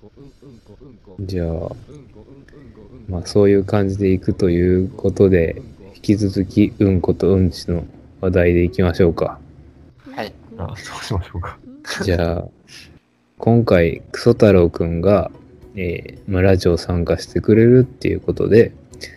じゃあ、まあそういう感じでいくということで、引き続きうんことうんちの話題でいきましょうか。 はい。 そうしましょうか。 じゃあ、今回、クソ太郎くんが、ラジオ参加してくれるっていうことで、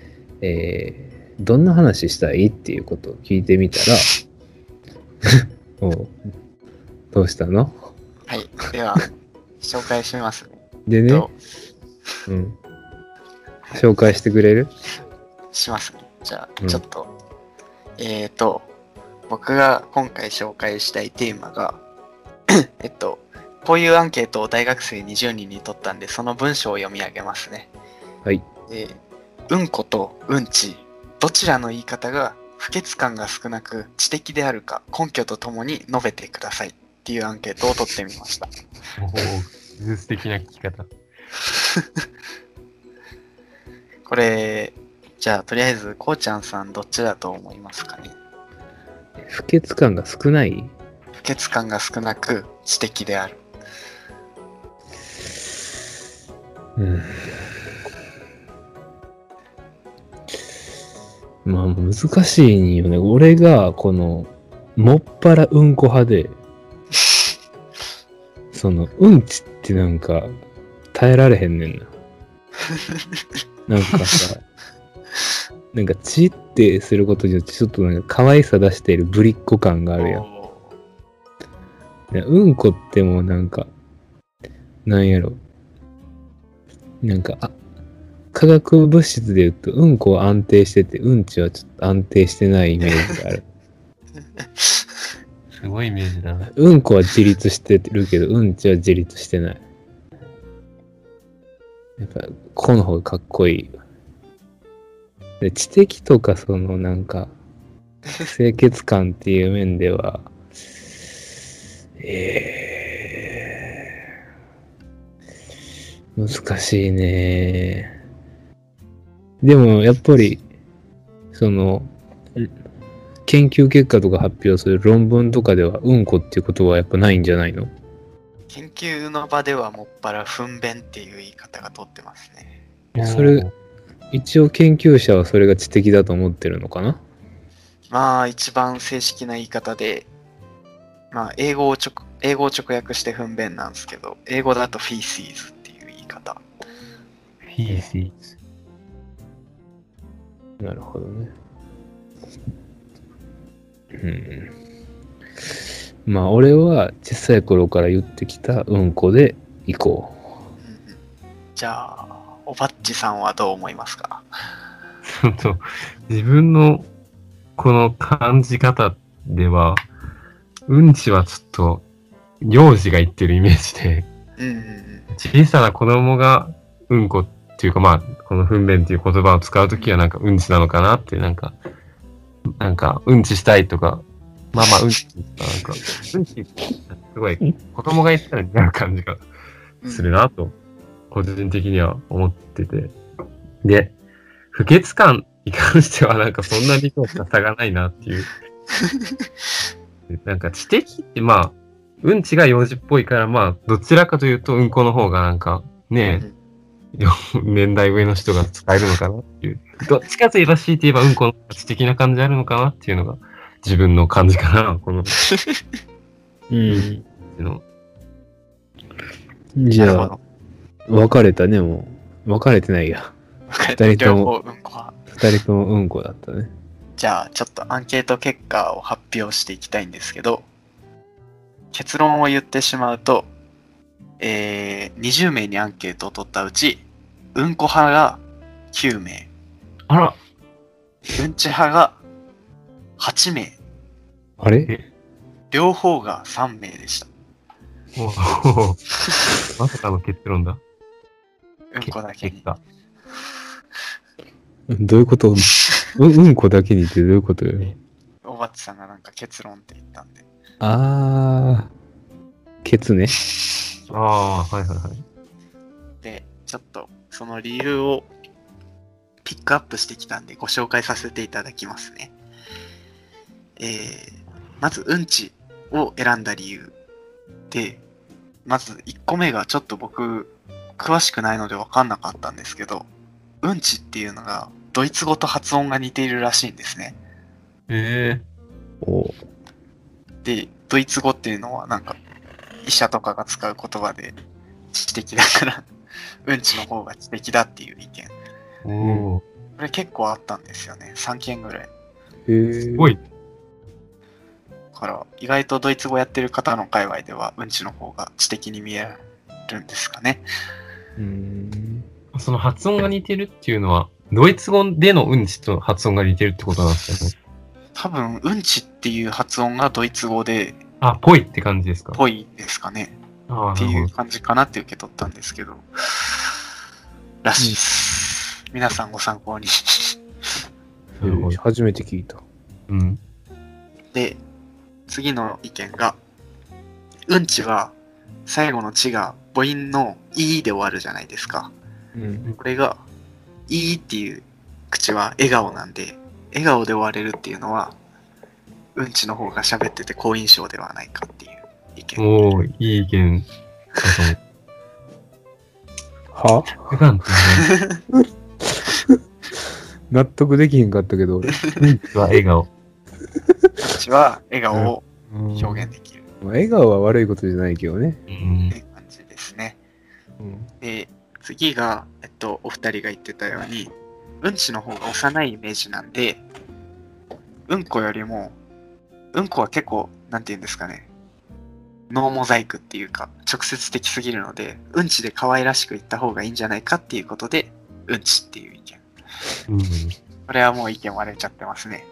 どんな話したいっていうことを聞いてみたら、おうどうしたの？ はい。では、紹介しますね。 でね、うん。紹介してくれる？ しますね。じゃあ、 うんちょっと、僕が今回紹介したいテーマが、こういうアンケートを大学生20人に取ったんで、その文章を読み上げますね。 はい。 うんことうんち、どちらの言い方が不潔感が少なく知的であるか根拠とともに述べてくださいっていうアンケートを取ってみました。 おお、技術的な聞き方。 これ、じゃあとりあえずこうちゃんさんどっちだと思いますかね？ 不潔感が少ない？ 不潔感が少なく知的である。 うん。まあ難しいんよね。俺がこのもっぱらうんこ派で、そのうんちってなんか耐えられへんねんな。なんかさ、なんかチってすることによってちょっとなんか可愛さ出しているぶりっ子感があるやん。うんこってもうなんか、なんやろ。なんか、化学物質で言うと、うんこは安定してて、うんちはちょっと安定してないイメージがある。 すごいイメージだな。 うんこは自立してるけど、うんちは自立してない。やっぱ、この方がかっこいい。で、知的とか、そのなんか、清潔感っていう面では、難しいね。でも、やっぱり、その、研究結果とか発表する論文とかでは、うんこっていうことはやっぱないんじゃないの？ 研究の場ではもっぱら糞便っていう言い方が取ってますね。 それ、一応研究者はそれが知的だと思ってるのかな？ まあ一番正式な言い方で、まあ英語を直訳して糞便なんですけど、英語だとフィーシーズっていう言い方。 フィーシー。 なるほどね。うん。まあ俺は小さい頃から言ってきたうんこで行こじゃあ、おばっちさんはどう思いますか？ ちょっと、自分のこの感じ方では、うんちはちょっと、幼児が言ってるイメージで、小さな子供がうんこっていうかまあ、この糞便っていう言葉を使うときはなんかうんちなのかなって、なんか、うんちしたいとか、まあまあうんちなんか、うんち、すごい子供が言ったら似合う感じがするなと、個人的には思ってて。で、不潔感に関してはなんかそんなに差がないなっていう。なんか知的ってまあ、うんちが幼児っぽいからまあ、どちらかというとうんこの方がなんか、ねえ、年代上の人が使えるのかなっていう。どっちかといえば強いて言えばうんこの知的な感じあるのかなっていうのが自分の感じかな、この。 う。うん。 のじゃあ、別れたね、もう。別れてないや。二人ともうんこだったね。 じゃあ、ちょっとアンケート結果を発表していきたいんですけど、結論を言ってしまうと、20名にアンケートを取ったうち、うんこ派が9名。 あら、 うんち派が8名。 あれ？ 両方が3名でした。 おまさかの結論だ。 うんこだけに。 どういうことうんこだけにってどういうことよ？ おばっちさんがなんか結論って言ったんで。 ケツね。 はいはいはい。 で、ちょっとその理由をピックアップしてきたんでご紹介させていただきますね。まずうんちを選んだ理由で、まず1個目がちょっと僕詳しくないので分かんなかったんですけど、うんちっていうのがドイツ語と発音が似ているらしいんですね。 えおで、ドイツ語っていうのはなんか医者とかが使う言葉で知的だからうんちの方が知的だっていう意見。 ー、おー、 これ結構あったんですよね。3件ぐらい。 すごい。 だから意外とドイツ語やってる方の界隈ではうんちの方が知的に見えるんですかね。 その発音が似てるっていうのは、ドイツ語でのうんちと発音が似てるってことなんですよね。 多分うんちっていう発音がドイツ語であ、ぽいって感じですか。 ぽいですかね。 ああ、 っていうなるほど。 感じかなって受け取ったんですけど、らしいです。皆さんご参考に。 なるほど。 初めて聞いた。 うん。 で、次の意見が、うんちは最後のちが母音のいで終わるじゃないですか。 うん。 これがいっていう口は笑顔なんで、笑顔で終われるっていうのは、うんちの方が喋ってて好印象ではないかっていう意見。 おー、いい意見だと思う。 は普段ってね、 納得できひんかったけど、俺。 うんちは笑顔。 うんちは笑顔を表現できるまあ笑顔は悪いことじゃないけどね。 うんっていう感じですね。 うん。 で、次が、お二人が言ってたように、うんちの方が幼いイメージなんで、うんこよりも、うんこは結構、なんて言うんですかね、ノーモザイクっていうか、直接的すぎるので、うんちで可愛らしく言った方がいいんじゃないかっていうことで、うんちっていう意見。 うん。 これはもう意見割れちゃってますね。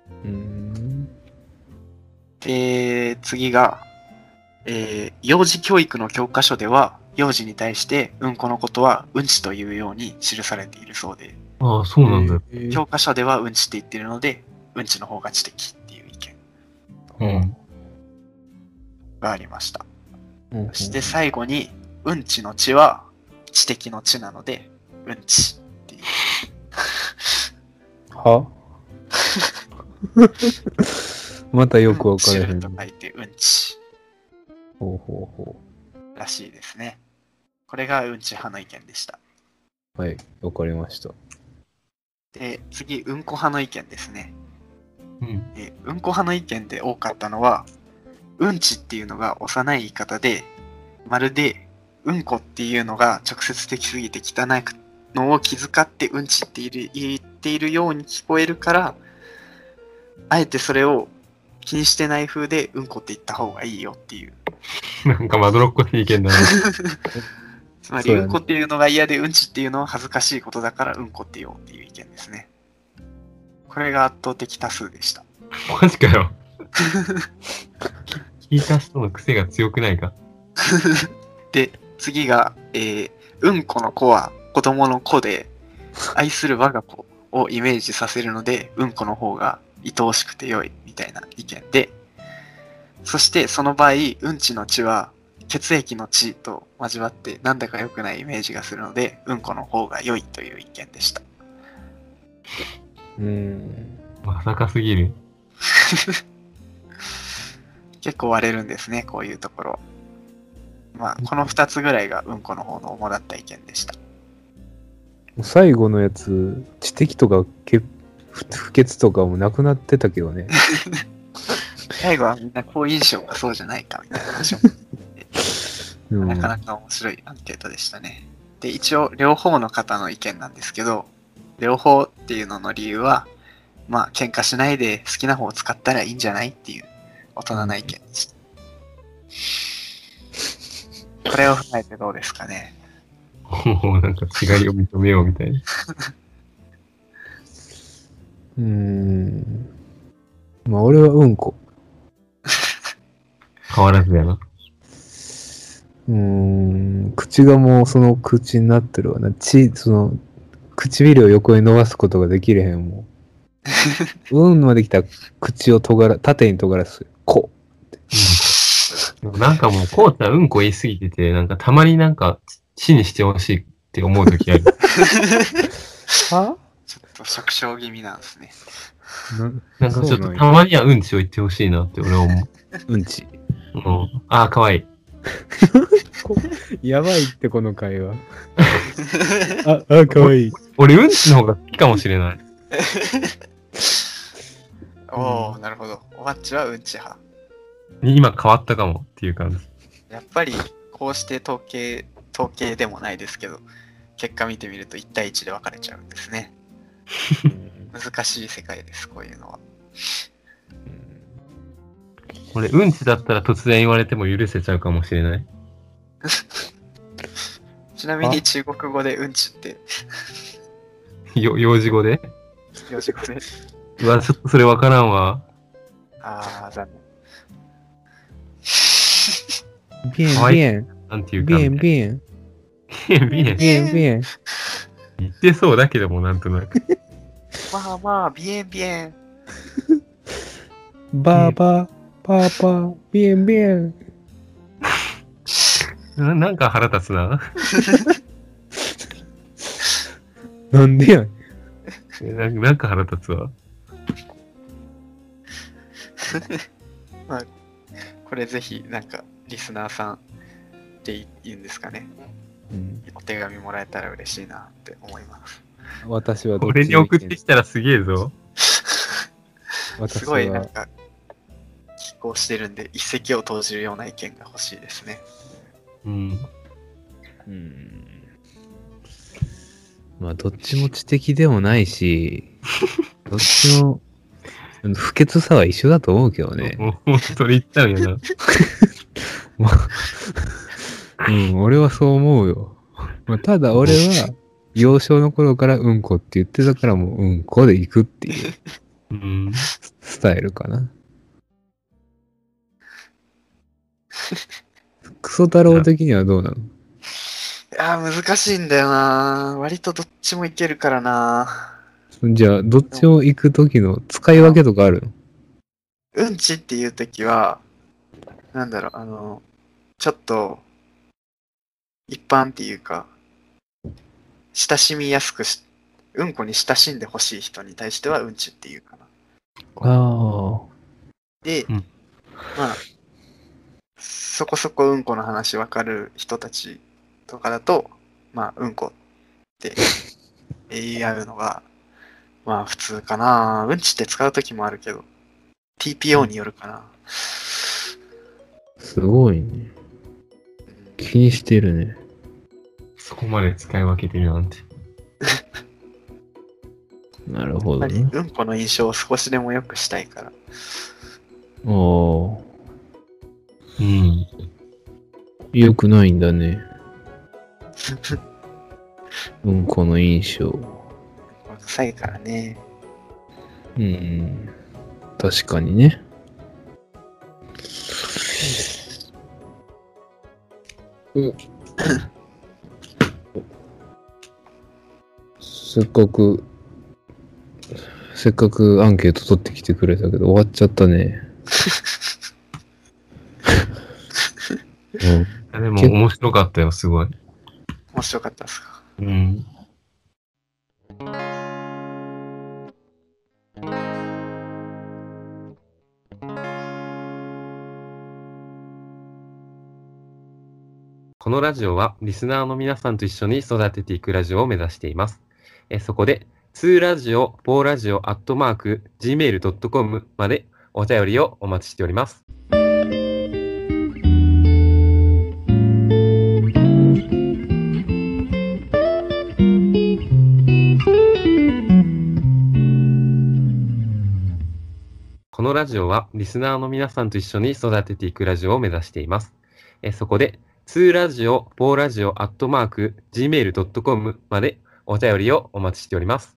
で、次が、幼児教育の教科書では、幼児に対してうんこのことはうんちというように記されているそうで、 ああ、そうなんだ。 教科書ではうんちって言ってるので、うんちの方が知的っていう意見うん。 がありました。 うんそして最後に、うんちのちは知的のちなので、うんちっていう。 はまたよくわからへん。 知ると書いてうんちほうほうほらしいですね。これがうんち派の意見でした。 う。はい、わかりました。 で、次、うんこ派の意見ですね。 うん。 うんこ派の意見で多かったのは、うんちっていうのが幼い言い方で、まるでうんこっていうのが直接的すぎて汚いのを気遣ってうんちって言っているように聞こえるから、あえてそれを気にしてない風でうんこって言った方がいいよっていう。 なんかまどろっこい意見だね。 つまりそうやねうんこっていうのが嫌でうんちっていうのは恥ずかしいことだからうんこって言おうっていう意見ですね。これが圧倒的多数でした。 マジかよ。聞いた人の癖が強くないか。 で、次が、うんこの子は子供の子で、愛する我が子をイメージさせるので、うんこの方が愛おしくて良いみたいな意見で、そしてその場合、うんちの血は血液の血と交わってなんだか良くないイメージがするので、うんこの方が良いという意見でした。 まさかすぎる。 結構割れるんですね、こういうところ。まあ、この2つぐらいがうんこの方の主だった意見でした。 最後のやつ、知的とか不潔とかもなくなってたけどね。 最後はみんな好印象かそうじゃないかみたいな話をうんなかなか面白いアンケートでしたね。で、一応両方の方の意見なんですけど、両方っていうのの理由は、まあ喧嘩しないで好きな方を使ったらいいんじゃないっていう大人な意見でした。これを踏まえてどうですかね。 もうなんか違いを認めようみたいな。 まあ俺はうんこ。 変わらずやな。 口がもうその口になってるわな。その、唇を横に伸ばすことができれへんもん。うんまできたら口を縦に尖らす。こ。 でもなんかもう、こうちゃんうんこ言いすぎてて、なんかたまになんか死にしてほしいって思うときある。 はちょっと縮小気味なんですね。 なんかちょっとたまにはうんちを言ってほしいなって俺は思う。 うんち。 ああ、かわいい。 やばいってこの会話。かわいい。 俺、うんちの方が好きかもしれない。 おー、なるほど。おばっちはうんち派。 今変わったかもっていう感じ。 やっぱり、こうして統計でもないですけど、結果見てみると1対1で分かれちゃうんですね。難しい世界です、こういうのは。 俺、うんちだったら突然言われても許せちゃうかもしれない。 ちなみに中国語でうんちって、 幼児語で幼児語で。 うわ、ちょっとそれわからんわ。 残念。 bien, なんていうか。 bien, bien, bien, bien, bien. 言ってそうだけども、なんとなく。 まあ、ビエンビエン。 ばば、パパ、bien, bien. なんか腹立つな。 なんでやん。 なんか腹立つわ。 まあ、これぜひ、なんか、リスナーさんって言うんですかね。お手紙もらえたら嬉しいなって思います。 私は俺に送ってきたらすげえぞ。 すごいなんか、拮抗してるんで、一石を投じるような意見が欲しいですね。 まあ、どっちも知的でもないし、どっちも、不潔さは一緒だと思うけどね。 もう、それ言っちゃうんやな。 俺はそう思うよ。まあ、ただ俺は、幼少の頃からうんこって言ってたからもううんこで行くっていうスタイルかな。クソ太郎的にはどうなの？ いやー、難しいんだよな。割とどっちもいけるからな。 じゃあ、どっちも行く時の使い分けとかあるの？ うんちっていう時は、なんだろう、ちょっと、一般っていうか、親しみやすくうんこに親しんでほしい人に対してはうんちっていうかな。で、まあ、そこそこうんこの話わかる人たちとかだと、まあ、うんこって言い合うのが、まあ普通かな。うんちって使う時もあるけど、TPO によるかな。 すごいね。気にしてるね。 そこまで使い分けてるなんて。 なるほど、ね。 やっぱりうんこの印象を少しでも良くしたいから。 良くないんだね。うんこの印象。 臭いからね。 確かにね。せっかくアンケート取ってきてくれたけど終わっちゃったね。 でも面白かったよ、すごい。 面白かったですか。 このラジオはリスナーの皆さんと一緒に育てていくラジオを目指しています。そこで、2radio4radio@gmail.com までお便りをお待ちしております。このラジオはリスナーの皆さんと一緒に育てていくラジオを目指しています。そこで、2radio4radio@gmail.com までお便りをお待ちしております。